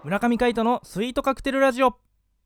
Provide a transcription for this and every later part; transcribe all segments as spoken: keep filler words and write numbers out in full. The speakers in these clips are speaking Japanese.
村上海人のスイートカクテルラジオ。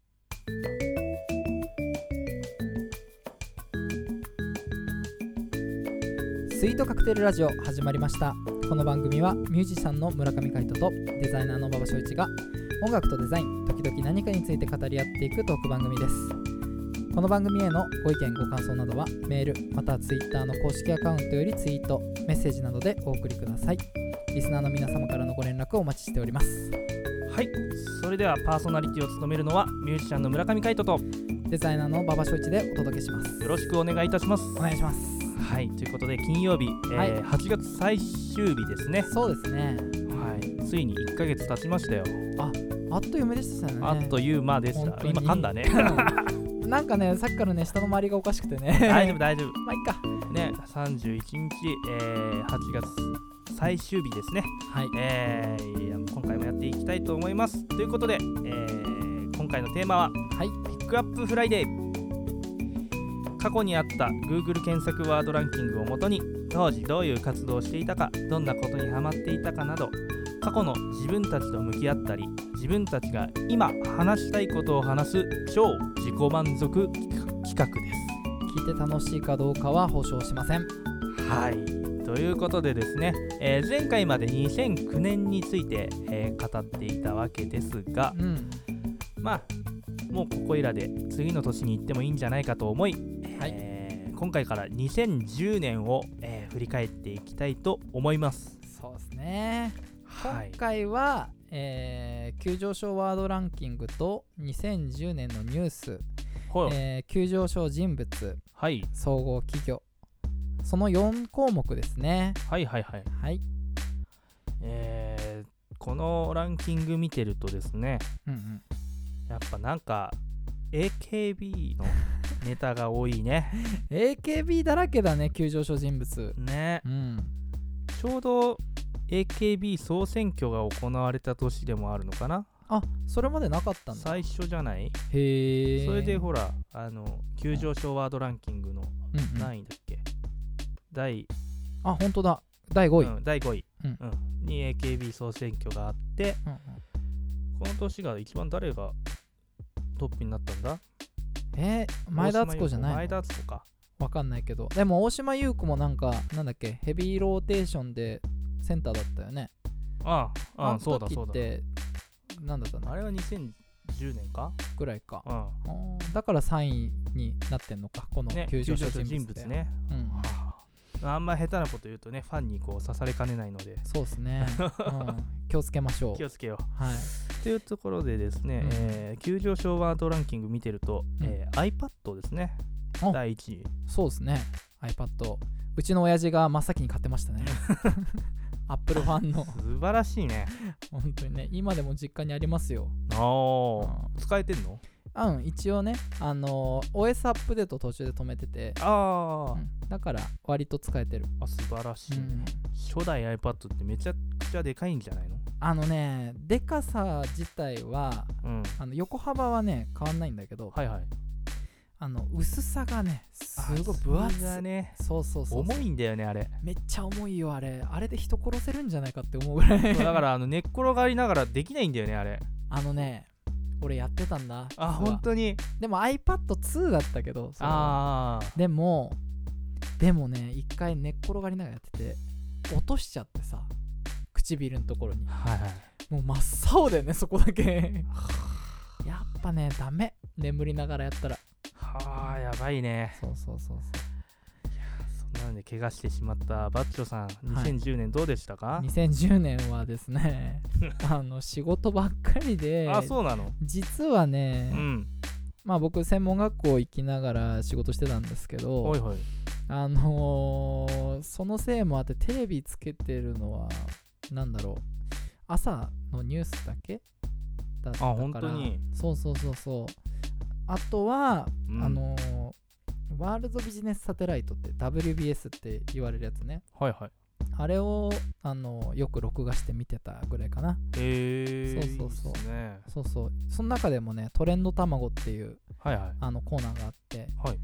スイートカクテルラジオ始まりました。この番組はミュージシャンの村上海人とデザイナーの馬場翔一が音楽とデザイン、時々何かについて語り合っていくトーク番組です。この番組へのご意見ご感想などはメールまたはツイッターの公式アカウントよりツイート、メッセージなどでお送りください。リスナーの皆様からのご連絡をお待ちしております。 はい、それではパーソナリティを務めるのはミュージシャンの村上海人とデザイナーの馬場翔一でお届けします。 よろしくお願いいたします。 お願いします。 はい、ということで金曜日、えーはい、はちがつ最終日ですね。 そうですね。 はい、ついにいっかげつ経ちましたよ。 あ、あっという間でしたよね。 あっという間でした。今噛んだねなんかね、さっきからね、下の周りがおかしくてね。 大丈夫大丈夫。 まあいいか。 ね、さんじゅういちにち、えー、はちがつ最終日ですね。はい。えー、今回もやっていきたいと思います。ということで、えー、今回のテーマは、はい、ピックアップフライデー。過去にあった Google 検索ワードランキングをもとに、当時どういう活動をしていたか、どんなことにハマっていたかなど、過去の自分たちと向き合ったり、自分たちが今話したいことを話す超自己満足企画です。 聞いて楽しいかどうかは保証しません。 はい、ということでですね、えー、前回までにせんきゅうねんについて、えー、語っていたわけですが、うん、まあもうここいらで次の年に行ってもいいんじゃないかと思い、はい、えー、今回からにせんじゅうねんを、えー、振り返っていきたいと思います。 そうですね。 はい、 今回は、えー、急上昇ワードランキングとにせんじゅうねんのニュース、えー、急上昇人物、はい、総合企業、そのよんこうもくですね。 はいはいはい、はい、えー、このランキング見てるとですね、うんうん、やっぱなんか エーケービー のネタが多いねエーケービー だらけだね、急上昇人物ね、うん、ちょうど エーケービー 総選挙が行われた年でもあるのかな。 あ、それまでなかったんだ。 最初じゃない？ へー。 それでほら、あの急上昇ワードランキングの何位だっけ、うんうん、第あ、本当だ、だいごい、 うん、だいごい、うんうん、に エーケービー 総選挙があって、うんうん、この年が一番誰がトップになったんだ？ えー、前田敦子じゃないの？ 前田敦子か、 わかんないけど、でも大島優子もなんかなんだっけ、ヘビーローテーションでセンターだったよね。 ああ、ああ、そうだそうだ。 なんだったの？ あれはにせんじゅうねんかぐらいか、 うん、 だからさんいになってんのか、この急上昇人物、ね、 人物ね、うん、はあ、あんま下手なこと言うとね、ファンにこう刺されかねないので、 そうですね、うん、気をつけましょう。 気をつけよう。はい。 というところでですね、うん、えー、急上昇ワードランキング見てると、うん、えー、iPad ですね、だいいちい。 そうですね、iPad。うちの親父が真っ先に買ってましたね。アップルファンの。 素晴らしいね。 本当にね、今でも実家にありますよ。 ああ、うん、使えてんの？ うん、一応ね、あのー、オーエス アップデート途中で止めてて、 あ、うん、 だから割と使えてる。 あ、素晴らしいね、うん、初代 iPad ってめちゃくちゃでかいんじゃないの？あのね、でかさ自体は、うん、あの横幅はね変わんないんだけど、はいはい、あの薄さがねすごい分厚い、ね、そうそうそう、 重いんだよねあれ。 めっちゃ重いよあれ。あれで人殺せるんじゃないかって思うぐらい。 だからあの寝っ転がりながらできないんだよねあれ。 あのね、俺やってたんだ。 あ、本当に。 でも アイパッドツー だったけど、あー、でもでもね、一回寝っ転がりながらやってて落としちゃってさ、唇のところに、はいはい、もう真っ青だよねそこだけ。やっぱねダメ、眠りながらやったら。 はあ、やばいね。 そうそうそうそう。 いや、そんなので怪我してしまったバッチョさん、にせんじゅうねんどうでしたか？はい、 にせんじゅうねんはですねあの仕事ばっかりで。 あ、そうなの？ 実はね、うん、まあ僕専門学校行きながら仕事してたんですけど、はいはい、あのー、そのせいもあってテレビつけてるのはなんだろう、朝のニュースだけだったから。あ、 本当に？ そうそうそうそう。あとは、うん、あのー、ワールドビジネスサテライトって ダブリュービーエス って言われるやつね。はいはい。あれを、あのー、よく録画して見てたぐらいかな。 へー、 そうそうそう。 いいですね。 そうそう。その中でもね、トレンド卵っていう、はいはい、あのコーナーがあって、はい、あ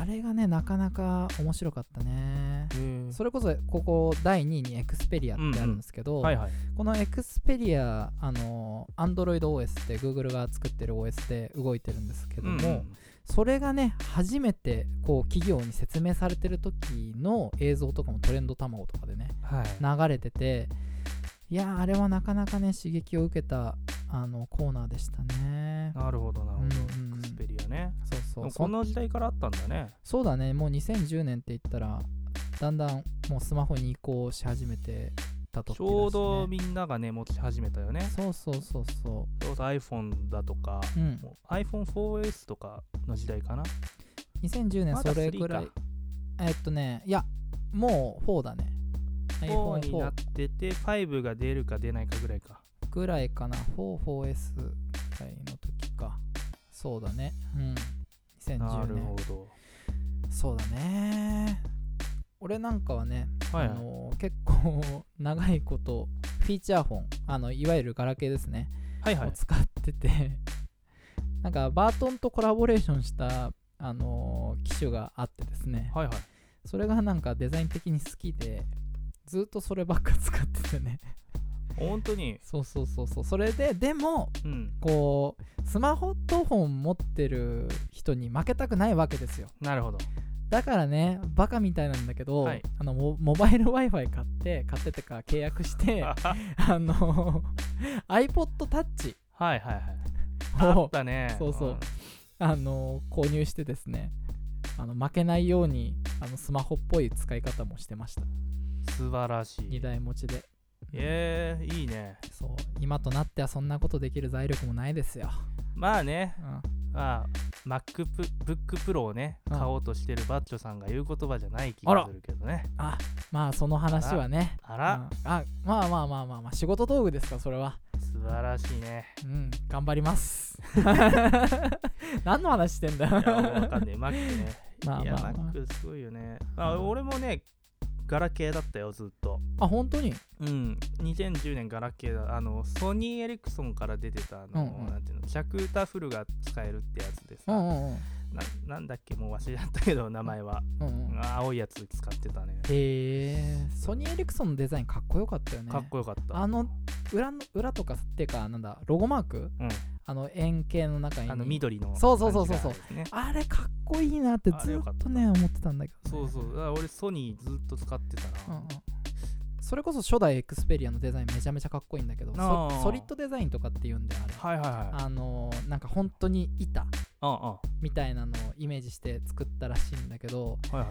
あれがねなかなか面白かったね。それこそここだいにいにエクスペリアってあるんですけど、うんうんはいはい、このエクスペリアあの Android オーエス って Google が作ってる オーエス で動いてるんですけども、うんうん、それがね初めてこう企業に説明されてる時の映像とかもトレンド卵とかでね、はい、流れてて、いやあれはなかなかね刺激を受けたあのコーナーでしたね。 なるほどなるほど、うんうん、エクスペリアね。そうそう、この時代からあったんだね。 そうだね、もうにせんじゅうねんって言ったらだんだんもうスマホに移行し始めてた時だし、ね、 ちょうどみんながね持ち始めたよね。 そうそうそうそうそう。 iPhone だとか、うん、アイフォンフォーエス とかの時代かな。 にせんじゅうねんそれぐらい、えっとねいやもうフォーだね。 フォーになっててファイブが出るか出ないかぐらいかぐらいかな。フォー、フォーエス ぐらいの時か。そうだね。うん。にせんじゅうねん。なるほど。そうだね。俺なんかはね、はいはい、あのー、結構長いことフィーチャーフォン、あのいわゆるガラケーですね、はいはい、を使っててなんかバートンとコラボレーションした、あのー、機種があってですね、はいはい、それがなんかデザイン的に好きでずっとそればっか使っててね。 本当に。 そうそうそうそう。それででも、うん、こうスマホとフォン持ってる人に負けたくないわけですよ。 なるほど。 だからねバカみたいなんだけど、はい、あの モ, モバイル Wi-Fi 買って買っててか契約してあの iPod Touch はいはいはいあったね。 そうそう、うん、あの購入してですね、あの負けないようにあのスマホっぽい使い方もしてました。 素晴らしい。 にだい持ちで。 えー、いいね。 そう今となってはそんなことできる財力もないですよ。 まあね、うん、ああ MacBook Pro をね、うん、買おうとしてるバッチョさんが言う言葉じゃない気がするけどね。 あまあその話はね、 あら、うん、 あまあまあまあまあまあ仕事道具ですかそれは。 素晴らしいね。 うん頑張ります何の話してんだよ。 いやわかんねえ Mac ね。まあまあ、まあ、いや Mac すごいよね。あ、うん、俺もねガラケーだったよずっと。 あ本当に。 うんにせんじゅうねんガラケーだ。あのソニーエリクソンから出てたあの、うんうん、なんていうの着歌フルが使えるってやつでさ、うんうんうん、な, なんだっけもう忘れちゃったけど名前は、うんうん、青いやつ使ってたね。 へえ。ソニーエリクソンのデザインかっこよかったよね。 かっこよかった。 あの 裏, の裏とかっていうかなんだロゴマーク、うん、あの円形の中にあの緑の、 そうそうそうそうそう、ね、あれかっこいいなってずっとね思ってたんだけど、ね、 そうそうだから俺ソニーずっと使ってたな、うんうん、 それこそ初代エクスペリアのデザインめちゃめちゃかっこいいんだけど ソ, ソリッドデザインとかっていうんであれ、はいはいはい、あのー、なんか本当に板みたいなのをイメージして作ったらしいんだけど、はいはい、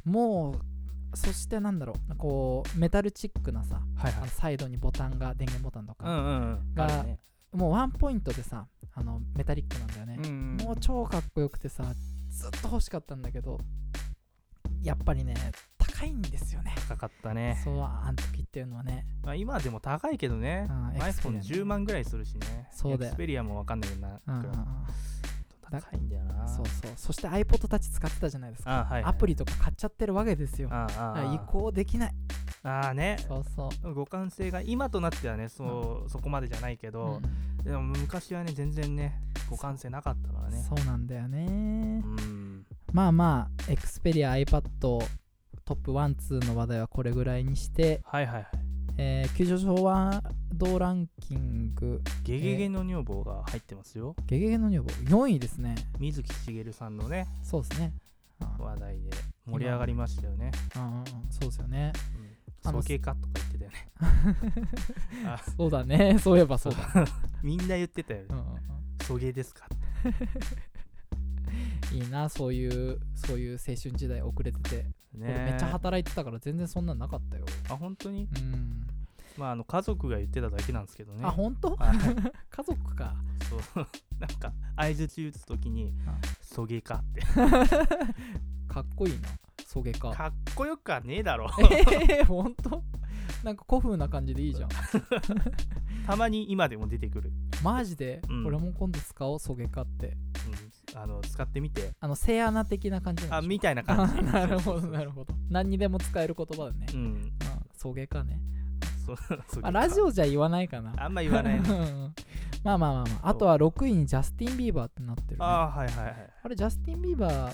もうそしてなんだろうこうメタルチックなさ、はいはい、あのサイドにボタンが電源ボタンとかが、うんうんうんね、もうワンポイントでさあのメタリックなんだよね、うんうん、もう超かっこよくてさずっと欲しかったんだけどやっぱりね高いんですよね。 高かったね。 そうあの時っていうのはね、 まあ、今でも高いけどね、うん、iPhone じゅうまんぐらいするしね。 そうだよ。 エクスペリアも分かんないけどな、うんうんうん、高いんだよな。 そうそう。そして iPod Touch 使ってたじゃないですか。あ、はいはい、アプリとか買っちゃってるわけですよ。あああ移行できない。 ああね。 そうそう。 互換性が今となってはね そ, う、ん、そこまでじゃないけど、うん、でも昔はね全然ね互換性なかったからね。 そうなんだよね。うん。まあまあ Xperia iPad トップワン、ツーの話題はこれぐらいにして、はいはいはい。えー、急上昇ワードランキングゲゲゲの女房が入ってますよ。 ゲゲゲの女房よんいですね。 水木しげるさんのねそうですね話題で盛り上がりましたよね。 うんうん、そうですよね。 うん、ソゲかとか言ってたよねあそうだねそういえばそうだみんな言ってたよね、うんうんうん、ソゲですかいいなそういうそういう青春時代遅れてて、ね、俺めっちゃ働いてたから全然そんなんなかったよ。 あ本当に。うんまああの家族が言ってただけなんですけどね。 あ本当家族か。 そうなんか相づち打つときにソゲかってかっこいいなソゲか。 かっこよくはねえだろえー、ほんとなんか古風な感じでいいじゃんたまに今でも出てくる。 マジで、うん、俺も今度使おうソゲかって、 うん、あの使ってみて。 あのセアナ的な感じなんでしょ。 あみたいな感じなるほどなるほど。何にでも使える言葉だね。うん、うん、ソゲかね。あラジオじゃ言わないかな。 あんま言わないねまあまあまあまあ。あとはろくいにジャスティン・ビーバーってなってる、ね、 あはいはいはい。 あれジャスティン・ビーバー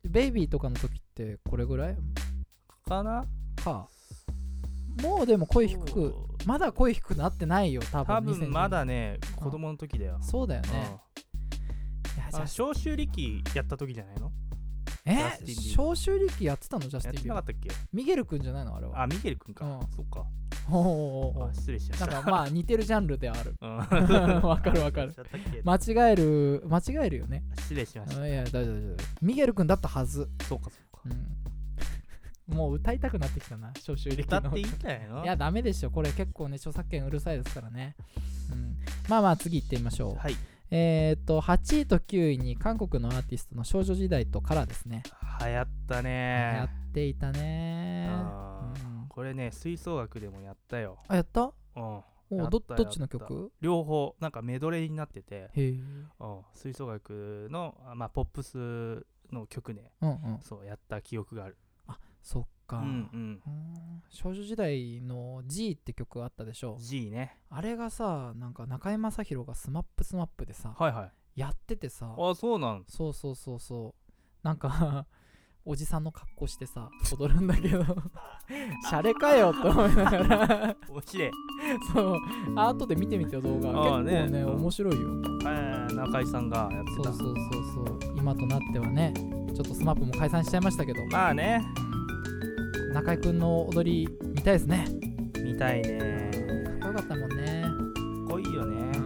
ベイビーとかの時ってこれぐらいかなか。もうでも声低く、まだ声低くなってないよ多分。 多分まだね、子供の時だよ。 そうだよね。 いや、じゃあ消臭力やった時じゃないの？ え消臭力やってたの？ジャスティンビーバーやってなかったっけ？ ミゲル君じゃないのあれは。 あ、ミゲル君か、うん、そっか。 おお、 失礼しました。 なんかまあ似てるジャンルである。わかるわかる。間違える間違えるよね。 失礼しました。 いや大丈夫大丈夫。ミゲル君だったはず。 そうかそうか、 うん、もう歌いたくなってきたな、消臭力の。 歌っていいんじゃないの？ いやダメでしょ、これ結構ね著作権うるさいですからね、うん、まあまあ次行ってみましょう。 はい。 えっとはちいときゅういに韓国のアーティストの少女時代とカラーですね。 流行ったね。 流行っていたね。 うん、これね吹奏楽でもやったよ。 あ、やった？うん。お ど, どっちの曲？ 両方なんかメドレーになってて、 へー、 うん、吹奏楽の、まあ、ポップスの曲ね、 うんうん、 そうやった記憶がある。 あ、そっか、うんうん、少女時代の G って曲があったでしょ。 G ね。 あれがさ、なんか中居正広がスマップスマップでさ、 はいはい、 やっててさ。 あ、そうなん。 そうそうそうそう、なんかおじさんの格好してさ踊るんだけどシャレかよって思いながら面白い。 そう、後で見てみてよ動画。結構ね、ね、面白いよ。 えー、中居さんがやってた。 そうそうそうそう、今となってはね、ちょっとスマップも解散しちゃいましたけど、 まあね、 うん、中居くんの踊り見たいですね。 見たいね。 かっこよかったもんね。 かっこいいよね、 うん、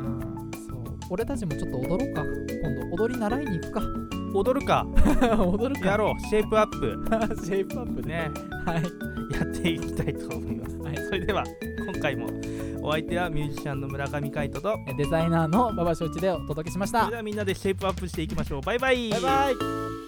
そう。俺たちもちょっと踊ろうか、今度踊り習いに行くか。 踊るか踊るか、 やろう。シェイプアップシェイプアップね、 はい、やっていきたいと思います、はい、それでは今回もお相手はミュージシャンの村上海人とデザイナーの馬場翔一でお届けしました。 それではみんなでシェイプアップしていきましょう。バイバイ。 バイバイ。